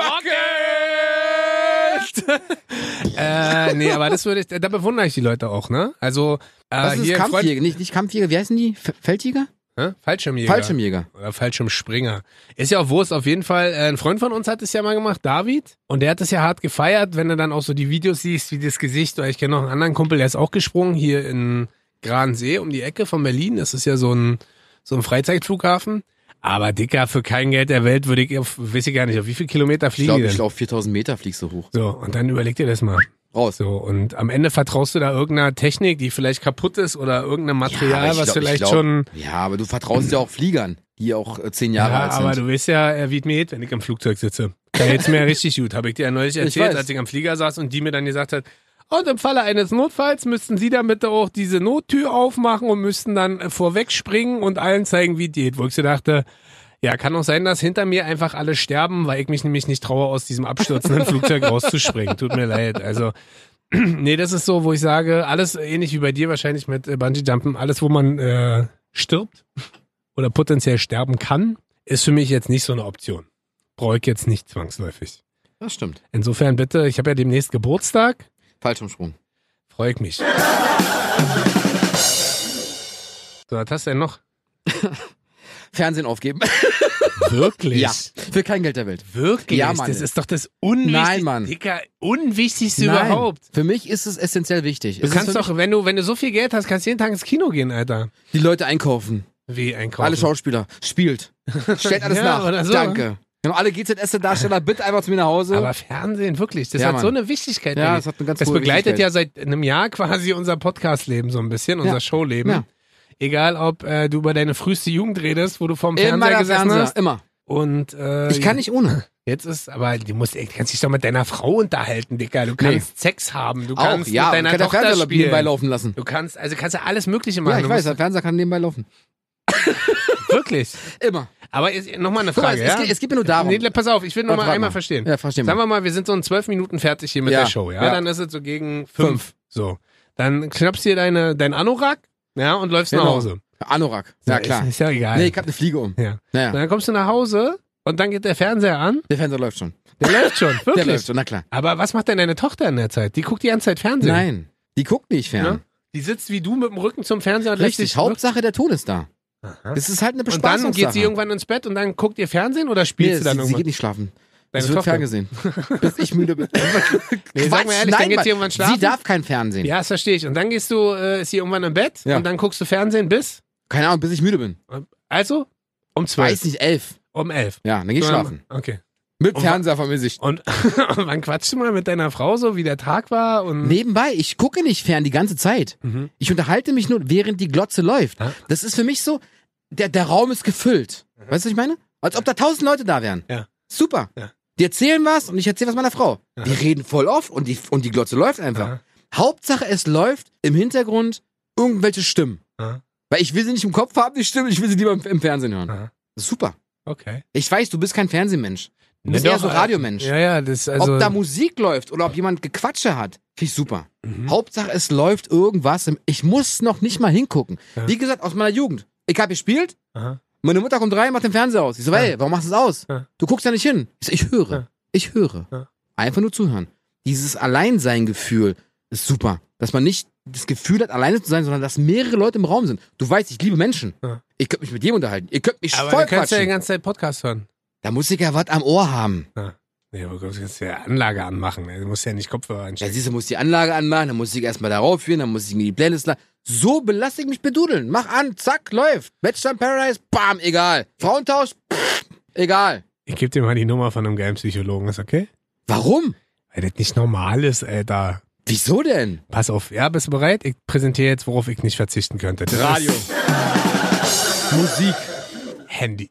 Rocket! äh, nee, aber das würde ich, da bewundere ich die Leute auch, ne? Also, äh, Das ist hier ein Freund, Kampfjäger, nicht, nicht Kampfjäger, wie heißen die? F Feldjäger? Hä? Fallschirmjäger. Fallschirmjäger. Oder Fallschirmspringer. Ist ja auch Wurst, auf jeden Fall. Äh, ein Freund von uns hat es ja mal gemacht, David. Und der hat es ja hart gefeiert, wenn du dann auch so die Videos siehst, wie das Gesicht, oder ich kenne noch einen anderen Kumpel, der ist auch gesprungen, hier in Gransee, um die Ecke von Berlin. Das ist ja so ein, so ein Freizeitflughafen. Aber Dicker, für kein Geld der Welt würde ich, auf, weiß ich gar nicht, auf wie viele Kilometer Ich fliegen glaube, die ich denn? glaube, viertausend Meter fliegst du hoch. So, und dann überleg dir das mal. Raus. So, und am Ende vertraust du da irgendeiner Technik, die vielleicht kaputt ist oder irgendeinem Material, aber ich was glaub- ich vielleicht glaub- schon... Ja, aber du vertraust ja auch Fliegern, die auch äh, zehn Jahre Ja, alt sind. aber du weißt ja, äh, wie es mir geht, wenn ich im Flugzeug sitze. Da geht's mir richtig gut. Habe ich dir ja neulich erzählt, weiß. als ich am Flieger saß und die mir dann gesagt hat, und im Falle eines Notfalls müssten Sie dann bitte auch diese Nottür aufmachen und müssten dann äh, vorweg springen und allen zeigen, wie es geht. Wo ich so dachte, ja, kann auch sein, dass hinter mir einfach alle sterben, weil ich mich nämlich nicht traue, aus diesem abstürzenden Flugzeug rauszuspringen. Tut mir leid. Also, nee, das ist so, wo ich sage, alles ähnlich wie bei dir wahrscheinlich mit äh, Bungee-Jumpen, alles, wo man äh, stirbt oder potenziell sterben kann, ist für mich jetzt nicht so eine Option. Brauche ich jetzt nicht zwangsläufig. Das stimmt. Insofern bitte, ich habe ja demnächst Geburtstag, Fallschirmsprung. freue ich mich. So, was hast du denn noch? Fernsehen aufgeben. Wirklich? Ja. Für kein Geld der Welt. Wirklich? Ja, Mann. Das ist doch das Unwichtigste, Nein, Mann. Dicker, Unwichtigste Nein. überhaupt. Für mich ist es essentiell wichtig. Du Es kannst ist für doch, wenn du, wenn du so viel Geld hast, kannst du jeden Tag ins Kino gehen, Alter. mich die Leute einkaufen. Wie einkaufen? Alle Schauspieler. Spielt. Stellt alles Ja, nach. oder so. Danke. Genau, alle G Z S-Darsteller, bitte einfach zu mir nach Hause. Aber Fernsehen, wirklich, das Ja, hat Mann. so eine Wichtigkeit. Ja, Digga. das hat eine ganz Das hohe begleitet Wichtigkeit. ja seit einem Jahr quasi unser Podcast-Leben so ein bisschen, unser Ja. Showleben. Ja. Egal, ob äh, du über deine früheste Jugend redest, wo du vorm Immer Fernseher der gesessen Fernseher. hast. Immer. Und äh, Ich kann nicht ohne. Jetzt ist, aber du musst, ey, du kannst dich doch mit deiner Frau unterhalten, Dicker. Du kannst Sex haben, du Auch, kannst ja. mit deiner kann der Tochter Fernseher nebenbei spielen. laufen lassen. Du kannst, also kannst du alles Mögliche machen. Ja, ich Du weiß, musst- der Fernseher kann nebenbei laufen. Wirklich. Immer. Aber nochmal eine Guck mal, Frage, es, ja? es, geht, es geht mir nur darum. Nee, pass auf, ich will noch Warte, mal warte einmal mal. verstehen. Ja, verstehen Sagen wir. wir mal, wir sind so in zwölf Minuten fertig hier mit Ja, der Show, ja? ja. Dann ist es so gegen fünf. Fünf. So. dann schnappst du dir deine, dein Anorak, ja, und läufst Genau. nach Hause. Anorak, ja, Ja, klar. Ist, ist ja egal. Nee, ich hab eine Fliege um. ja. Naja, Und dann kommst du nach Hause und dann geht der Fernseher an. der Fernseher läuft schon. Der läuft schon, wirklich. Der läuft schon, na klar. Aber was macht denn deine Tochter in der Zeit? Die guckt die ganze Zeit Fernsehen. Nein, die guckt nicht fern. Ja? Die sitzt wie du mit dem Rücken zum Fernseher und lässt Richtig, sich Hauptsache der Ton ist da. Aha. Das ist halt eine Und Bespaßungssache. dann geht sie irgendwann ins Bett und dann guckt ihr Fernsehen oder spielt nee, sie dann sie, sie irgendwann? geht nicht schlafen. Deine Es wird Tochter? ferngesehen, bis ich müde bin. Nee, sag mal ehrlich, nein, dann geht Mann. sie irgendwann schlafen. Sie darf kein Fernsehen. Ja, das verstehe ich. Und dann gehst du, äh, ist sie irgendwann im Bett Ja. und dann guckst du Fernsehen bis, Keine Ahnung, bis ich müde bin. also um zwölf, Weiß nicht, elf. um elf. Ja, dann geh ich So, dann- schlafen. Okay. Mit Und Fernseher vor mir Sicht. Und wann quatschst du mal mit deiner Frau so, wie der Tag war? Und Nebenbei, ich gucke nicht fern die ganze Zeit. Mhm. Ich unterhalte mich nur, während die Glotze läuft. Ja. Das ist für mich so, der, der Raum ist gefüllt. Weißt du, was ich meine? Als ob da tausend Leute da wären. Ja. Super. Ja. Die erzählen was und ich erzähle was meiner Frau. Ja. Die reden voll oft und die, und die Glotze läuft einfach. Ja. Hauptsache, es läuft im Hintergrund irgendwelche Stimmen. Ja. Weil ich will sie nicht im Kopf haben, die Stimmen, ich will sie lieber im, im Fernsehen hören. Ja. Das ist super. Okay. Ich weiß, du bist kein Fernsehmensch. Du bist Ne, eher doch, so äh, Radiomensch. Ja, ja, das also. Ob da Musik läuft oder ob jemand Gequatsche hat, finde ich super. Mhm. Hauptsache, es läuft irgendwas. Im, ich muss noch nicht mal hingucken. Ja. Wie gesagt, aus meiner Jugend. Ich habe gespielt, Aha. meine Mutter kommt rein, macht den Fernseher aus. Ich so, Ja. ey, warum machst du es aus? Ja. Du guckst ja nicht hin. Ich so, ich höre. Ja. Ich höre. Ja. Einfach nur zuhören. Dieses Alleinsein-Gefühl ist super. Dass man nicht das Gefühl hat, alleine zu sein, sondern dass mehrere Leute im Raum sind. Du weißt, ich liebe Menschen. Ja. Ich könnte mich mit jedem unterhalten. Ihr könnt mich Aber voll du kannst ja die quatschen. ganze Zeit Podcast hören. Da muss ich ja was am Ohr haben. Nee, aber du kannst ja Anlage anmachen. Du musst ja nicht Kopfhörer Ja, einstellen. siehst du, muss die Anlage anmachen, dann muss ich erstmal darauf führen, dann muss ich mir die Playlist laden. So belasse ich mich bedudeln. Mach an, zack, läuft. Bachelor in Paradise, bam, egal. Frauentausch, pff, egal. Ich gebe dir mal die Nummer von einem geilen Psychologen, ist okay? Warum? Weil das nicht normal ist, Alter. Wieso denn? Pass auf, ja, bist du bereit? Ich präsentiere jetzt, worauf ich nicht verzichten könnte. Das Radio. ist Musik. Handy.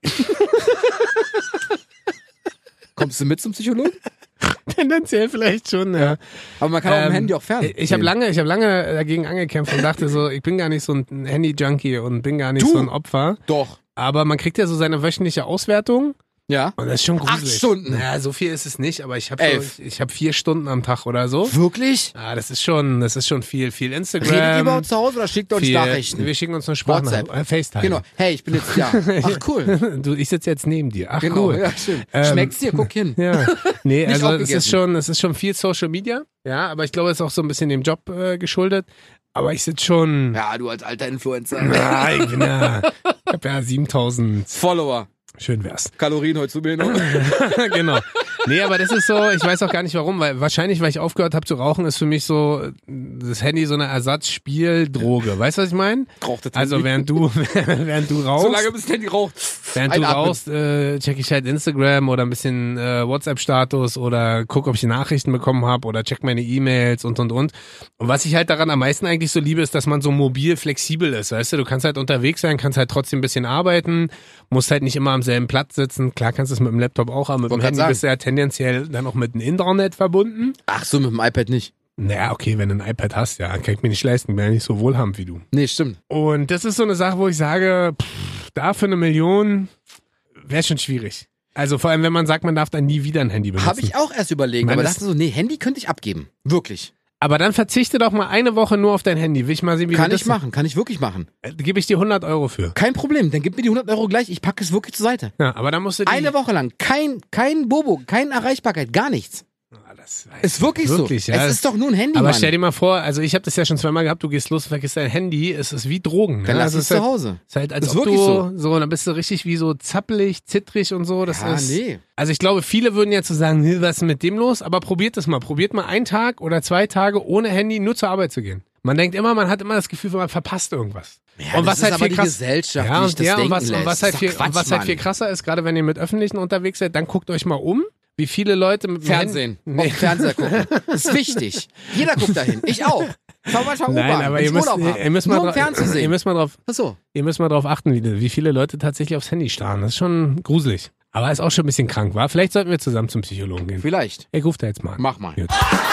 Kommst du mit zum Psychologen? Tendenziell vielleicht schon, ja. Aber man kann auch Ähm, im Handy auch fern. Ich habe lange, ich habe lange dagegen angekämpft und dachte so, ich bin gar nicht so ein Handy-Junkie und bin gar nicht Du? so ein Opfer. Doch. Aber man kriegt ja so seine wöchentliche Auswertung Ja? und das ist schon gruselig. Acht Stunden. Ja, so viel ist es nicht, aber ich habe Elf. so, ich, ich habe vier Stunden am Tag oder so. Wirklich? Ja, das ist schon, das ist schon viel, viel Instagram. Redet ihr überhaupt zu Hause oder schickt ihr uns viel, Nachrichten? Wir schicken uns eine Sprachnachricht. WhatsApp. Äh, FaceTime. Genau. Hey, ich bin jetzt da. Ach, cool. Du, ich sitze jetzt neben dir. Ach Genau. cool. Ja, schön. Ähm, Schmeckt's dir? Guck hin. Ja, nee, Nicht also es aufgegessen. ist schon, es ist schon viel Social Media, ja, aber ich glaube, es ist auch so ein bisschen dem Job äh, geschuldet. Aber ich sitze schon, Ja, du als alter Influencer. ja, ich bin ja, ich habe ja siebentausend, Follower. schön wär's. Kalorien heute zu mir noch. Genau. Nee, aber das ist so, ich weiß auch gar nicht warum, weil wahrscheinlich, weil ich aufgehört habe zu rauchen, ist für mich so das Handy so eine Ersatzspieldroge. Weißt du, was ich meine? Raucht das Also Handy. während du, während du rauchst. So lange bis das Handy raucht. Während du Einatmen. rauchst, äh, check ich halt Instagram oder ein bisschen äh, WhatsApp-Status oder guck, ob ich Nachrichten bekommen habe oder check meine E-Mails und und und. Und was ich halt daran am meisten eigentlich so liebe, ist, dass man so mobil flexibel ist, weißt du? Du kannst halt unterwegs sein, kannst halt trotzdem ein bisschen arbeiten, musst halt nicht immer am selben Platz sitzen. Klar kannst du es mit dem Laptop auch, aber mit Wollt dem grad Handy sagen. bist du ja tendenziell dann auch mit dem Internet verbunden. Ach so, mit dem iPad nicht. Naja, okay, wenn du ein iPad hast, ja, kann ich mir nicht leisten, bin ja nicht so wohlhabend wie du. Nee, stimmt. Und das ist so eine Sache, wo ich sage, pff, da für eine Million wäre schon schwierig. Also vor allem, wenn man sagt, man darf dann nie wieder ein Handy benutzen. Habe ich auch erst überlegt, Nein, aber das- dachte so, nee, Handy könnte ich abgeben. Wirklich. Aber dann verzichte doch mal eine Woche nur auf dein Handy. Will ich mal sehen, wie Kann du ich das machen, kann ich wirklich machen. Äh, Gebe ich dir hundert Euro für. Kein Problem, dann gib mir die hundert Euro gleich, ich packe es wirklich zur Seite. Ja, aber dann musst du die... Eine Woche lang, kein, kein Bobo, keine Erreichbarkeit, gar nichts. Ah, das Ist wirklich, Wirklich, so. ja. Es ist doch nur ein Handy, Aber Mann. stell dir mal vor, also ich habe das ja schon zweimal gehabt, du gehst los, vergisst dein Handy, es ist wie Drogen. Dann ne? lass also es es zu ist halt, Hause. ist halt, als Ist ob wirklich du so. so, dann bist du richtig wie so zappelig, zittrig und so. Das Ja, ist, nee. Also ich glaube, viele würden jetzt so sagen, "Hm, was ist mit dem los? Aber probiert es mal. Probiert mal einen Tag oder zwei Tage ohne Handy nur zur Arbeit zu gehen. Man denkt immer, man hat immer das Gefühl, man verpasst irgendwas. Ja, und das was ist halt aber viel die krass, Gesellschaft, ja, die und, sich das ja, und denken was, und lässt. was Das halt ist viel, doch Quatsch, und was halt Mann. viel krasser ist, gerade wenn ihr mit Öffentlichen unterwegs seid, dann guckt euch mal um, wie viele Leute mit dem Fernsehen. Handy- Auf den Fernseher gucken. Das ist wichtig. Jeder guckt dahin. Ich auch. Schau mal, schau Nein, aber ihr müsst, ihr, müsst mal Nur um drauf, Fernsehen. ihr müsst mal drauf, Ach so. ihr müsst mal drauf achten, wie, wie viele Leute tatsächlich aufs Handy starren. Das ist schon gruselig. Aber ist auch schon ein bisschen krank, war. Vielleicht sollten wir zusammen zum Psychologen gehen. Vielleicht. Ich ruf da jetzt mal an. Mach mal. Gut.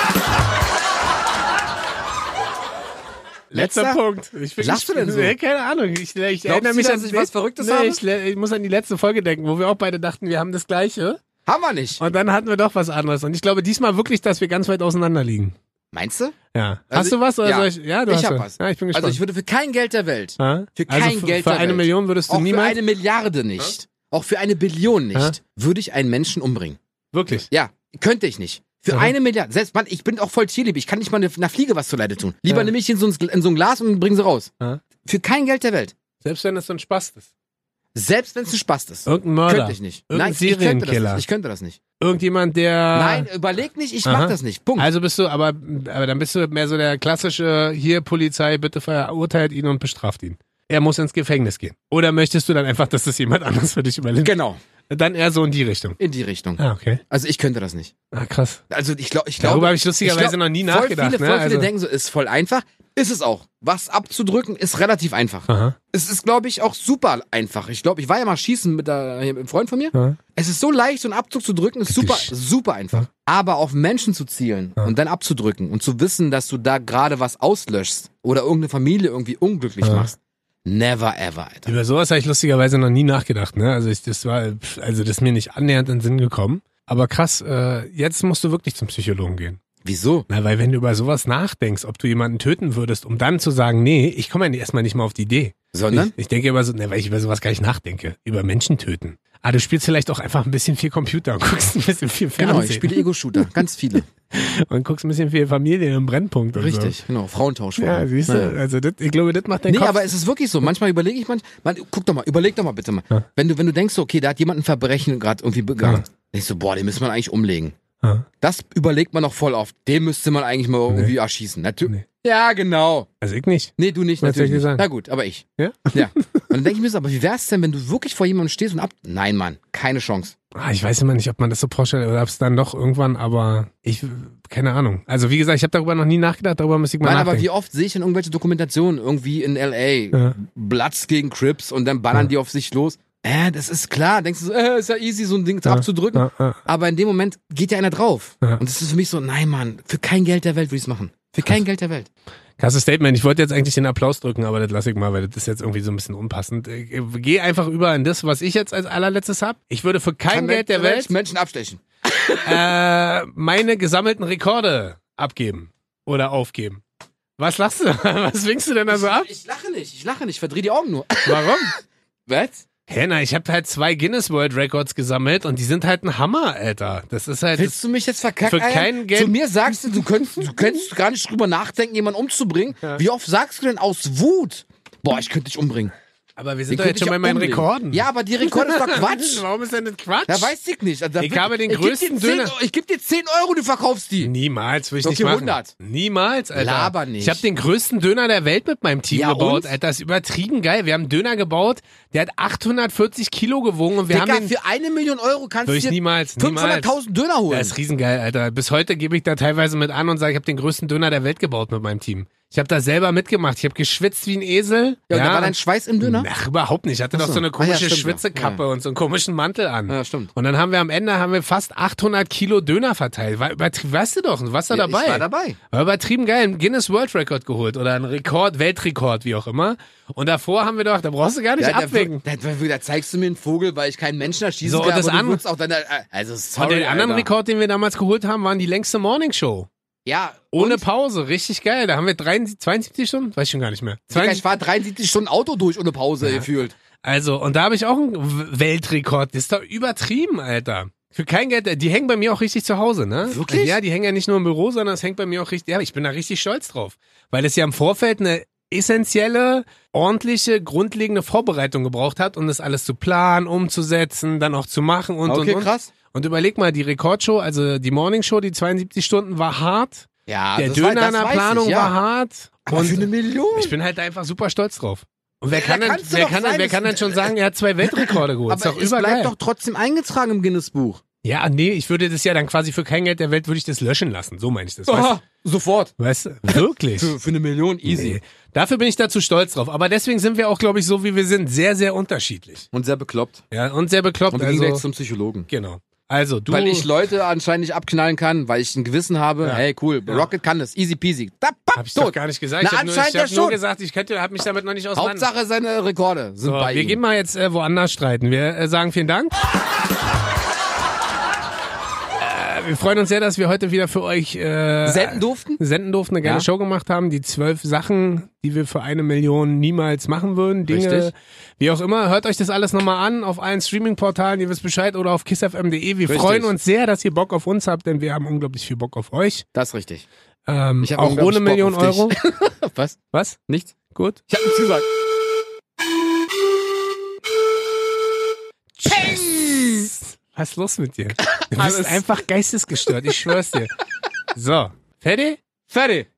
Letzter, Letzter? Punkt. Ich Was sagst du denn so? Nee, keine Ahnung. Ich, ich erinnere du, mich dass an ich was Verrücktes nee, habe? Ich, ich muss an die letzte Folge denken, wo wir auch beide dachten, wir haben das Gleiche. Haben wir nicht. Und dann hatten wir doch was anderes. Und ich glaube diesmal wirklich, dass wir ganz weit auseinander liegen. Meinst du? Ja. Also Hast du was? Oder ja. soll ich, ja, du Ich hast hab was. was. Ja, ich bin gespannt. Also ich würde für kein Geld der Welt, ja? für kein also Geld für der eine Welt, Million würdest du auch niemals? für eine Milliarde nicht, auch für eine Billion nicht, Ja? würde ich einen Menschen umbringen. Wirklich? Ja, könnte ich nicht. Für Ja. eine Milliarde. Selbst, Mann, ich bin auch voll tierlieb. Ich kann nicht mal einer Fliege was zuleide tun. Lieber Ja. nehme ich in so, ein, in so ein Glas und bringe sie raus. Ja. Für kein Geld der Welt. Selbst wenn es so ein Spast ist. Selbst wenn es ein Spast ist. Irgendein Mörder. Könnte ich nicht. Irgendein Nein, ich könnte das Serienkiller. nicht. Ich könnte das nicht. Irgendjemand, der... Nein, überleg nicht, ich Aha. mach das nicht. Punkt. Also bist du, aber, aber dann bist du mehr so der klassische, hier Polizei, bitte verurteilt ihn und bestraft ihn. Er muss ins Gefängnis gehen. Oder möchtest du dann einfach, dass das jemand anderes für dich übernimmt? Genau. Dann eher so in die Richtung. In die Richtung. Ah, okay. Also ich könnte das nicht. Ah, krass. Also ich glaube, ich glaube, Darüber habe ich lustigerweise ich glaub, noch nie voll nachgedacht. Viele, ne? voll viele also, denken so, ist voll einfach. Ist es auch. Was abzudrücken ist relativ einfach. aha. Es ist, glaube ich, auch super einfach. Ich glaube, ich war ja mal schießen mit, der, mit einem Freund von mir. Ja. Es ist so leicht, so einen Abzug zu drücken, ist super, super einfach. Ja. Aber auf Menschen zu zielen Ja. und dann abzudrücken und zu wissen, dass du da gerade was auslöschst oder irgendeine Familie irgendwie unglücklich Ja. machst. Never ever, Alter. Über sowas habe ich lustigerweise noch nie nachgedacht. Ne? Also ich, das war, also das ist mir nicht annähernd in den Sinn gekommen. Aber krass, äh, jetzt musst du wirklich zum Psychologen gehen. Wieso? Na, weil wenn du über sowas nachdenkst, ob du jemanden töten würdest, um dann zu sagen, nee, ich komme ja erstmal nicht mal auf die Idee. Sondern? Ich, ich denke über so, ne, weil ich über sowas gar nicht nachdenke. Über Menschen töten. Ah, du spielst vielleicht auch einfach ein bisschen viel Computer und guckst ein bisschen viel Fernsehen. Genau, ich spiele Ego-Shooter. Ganz viele. Und guckst ein bisschen viel Familie im Brennpunkt und Richtig, genau. Frauentausch. so. vor Ja, allem. siehst du, Naja. also das, ich glaube, das macht dein Nee, Kopf. aber es ist wirklich so. Manchmal überlege ich, man, man, guck doch mal, überleg doch mal bitte mal. Ja. Wenn du, wenn du denkst, so, okay, da hat jemand ein Verbrechen gerade irgendwie begangen. Ja. Denkst du, boah, den müsste man eigentlich umlegen. Ja. Das überlegt man noch voll oft. Den müsste man eigentlich mal irgendwie erschießen. Natürlich. Nee. Ja, genau. Also ich nicht. Nee, du nicht, Was soll natürlich ich dir nicht. sagen? Na gut, aber ich. Ja? Ja. Und dann denke ich mir so, aber wie wär's denn, wenn du wirklich vor jemandem stehst und ab... Nein, Mann, keine Chance. Ah, ich weiß immer nicht, ob man das so vorstellt oder ob es dann doch irgendwann, aber ich, keine Ahnung. Also wie gesagt, ich habe darüber noch nie nachgedacht, darüber müsste ich mal Nein, nachdenken. aber wie oft sehe ich in irgendwelche Dokumentationen irgendwie in L A Ja. Bloods gegen Crips und dann ballern Ja. die auf sich los. Äh, das ist klar. Denkst du so, äh, ist ja easy, so ein Ding Ja, abzudrücken. ja, ja. Aber in dem Moment geht ja einer drauf. Ja. Und das ist für mich so, nein, Mann, für kein Geld der Welt würde ich es machen. Für kein Geld der Welt. Krasses Statement. Ich wollte jetzt eigentlich den Applaus drücken, aber das lasse ich mal, weil das ist jetzt irgendwie so ein bisschen unpassend. Ich geh einfach über in das, was ich jetzt als allerletztes hab. Ich würde für kein Kann Geld der Welt Menschen abstechen. äh, meine gesammelten Rekorde abgeben oder aufgeben. Was lachst du? Was winkst du denn da so ab? Ich, ich lache nicht, ich lache nicht, ich verdrehe die Augen nur. Warum? Was? Hä, na, ich habe halt zwei Guinness World Records gesammelt und die sind halt ein Hammer, Alter. Das ist halt... Willst du mich jetzt verkacken? Für kein Geld- Zu mir sagst du, du könntest, du könntest gar nicht drüber nachdenken, jemanden umzubringen. Wie oft sagst du denn aus Wut? Boah, ich könnte dich umbringen. Aber wir Den sind doch könnte jetzt schon ich bei ja meinen umlegen. Rekorden. Ja, aber die Rekorde ist doch Quatsch. Warum ist denn das Quatsch? Da weiß ich nicht. Also, da Ich will- habe den geb dir größten zehn, Döner- Ich gebe dir zehn Euro, du verkaufst die. Niemals würde ich Doch nicht hier machen. hundert. Niemals, Alter. Laber nicht. Ich habe den größten Döner der Welt mit meinem Team Ja, gebaut, und? Alter. Das ist übertrieben geil. Wir haben einen Döner gebaut, der hat achthundertvierzig Kilo gewogen und wir Digga, haben den... für eine Million Euro kannst Würde du ich dir niemals, niemals. fünfhunderttausend Döner holen. Das ist riesengeil, Alter. Bis heute gebe ich da teilweise mit an und sage, ich habe den größten Döner der Welt gebaut mit meinem Team. Ich habe da selber mitgemacht. Ich habe geschwitzt wie ein Esel. ja, und da war dein Schweiß im Döner? Ach, überhaupt nicht. Ich hatte Ach doch so. so eine Ah, ja, komische stimmt, ja. Schwitzekappe Ja. und so einen komischen Mantel an. Ja, stimmt. Und dann haben wir am Ende haben wir fast achthundert Kilo Döner verteilt. War übertrieben, weißt du doch, du warst da Ja, dabei. ich war dabei. War übertrieben geil. Ein Guinness World Record geholt oder ein Rekord, Weltrekord, wie auch immer. Und davor haben wir doch, da brauchst du gar nicht Ja, da, abwägen. da, da, da zeigst du mir einen Vogel, weil ich keinen Menschen erschießen So, kann, und das aber du andere- würdest auch deine, also sorry, Und den anderen Alter. Rekord, den wir damals geholt haben, waren die längste Morning Show. Ja, Ohne und? Pause, richtig geil. Da haben wir dreiundsiebzig, zweiundsiebzig Stunden, weiß ich schon gar nicht mehr. Digga, zweiundsiebzig ich war dreiundsiebzig Stunden Auto durch ohne Pause Ja. gefühlt. Also, und da habe ich auch einen W- Weltrekord. Das ist doch übertrieben, Alter. Für kein Geld, die hängen bei mir auch richtig zu Hause, ne? Wirklich? Ja, die hängen ja nicht nur im Büro, sondern es hängt bei mir auch richtig, ja, ich bin da richtig stolz drauf. Weil es ja im Vorfeld eine essentielle, ordentliche, grundlegende Vorbereitung gebraucht hat, um das alles zu planen, umzusetzen, dann auch zu machen und, Okay, und, und. krass. Und überleg mal, die Rekordshow, also die Morning Show, die zweiundsiebzig Stunden war hart. Ja, Der das Döner war, das in der weiß Planung ich, ja. war hart. Aber für eine Und Million. ich bin halt einfach super stolz drauf. Und wer Ja, kann da denn, kannst du wer doch kann, denn, sein, wer das- kann denn schon sagen, er hat zwei Weltrekorde geholt? Aber ist doch es übergeil. bleibt doch trotzdem eingetragen im Guinness-Buch. Ja, nee, ich würde das ja dann quasi für kein Geld der Welt würde ich das löschen lassen. So meine ich das. Weißt, Aha, sofort. weißt du? Wirklich? Für, für eine Million easy. Nee. Dafür bin ich dazu stolz drauf. Aber deswegen sind wir auch, glaube ich, so wie wir sind, sehr, sehr unterschiedlich. Und sehr bekloppt. Ja, und sehr bekloppt. Und wir gehen also, jetzt zum Psychologen. genau. Also, du. Weil ich Leute anscheinend nicht abknallen kann, weil ich ein Gewissen habe. Ja. Hey, cool, Ja. Rocket kann das. Easy peasy. Da, papp, hab ich tot. doch gar nicht gesagt. Na, ich habe nur, anscheinend ich hab ja nur schon. gesagt, ich könnte, habe mich damit noch nicht auseinander. Hauptsache seine Rekorde sind So, bei wir ihm. gehen mal jetzt äh, woanders streiten. Wir äh, sagen vielen Dank. äh, wir freuen uns sehr, dass wir heute wieder für euch äh, Senden durften? Senden durften, eine geile Ja. Show gemacht haben. Die zwölf Sachen, die wir für eine Million niemals machen würden. Dinge, Richtig. wie auch immer. Hört euch das alles nochmal an auf allen Streaming-Portalen, ihr wisst Bescheid, oder auf kissfm punkt de. Wir Richtig. freuen uns sehr, dass ihr Bock auf uns habt, denn wir haben unglaublich viel Bock auf euch. Das ist richtig. Ähm, Ich hab auch unglaublich ohne Bock Million auf dich. Euro. Was? Was? Nichts? Gut. Ich hab nichts gesagt. Tschüss. Was ist los mit dir? Du bist Alles. einfach geistesgestört, ich schwör's dir. So, fertig? Fertig.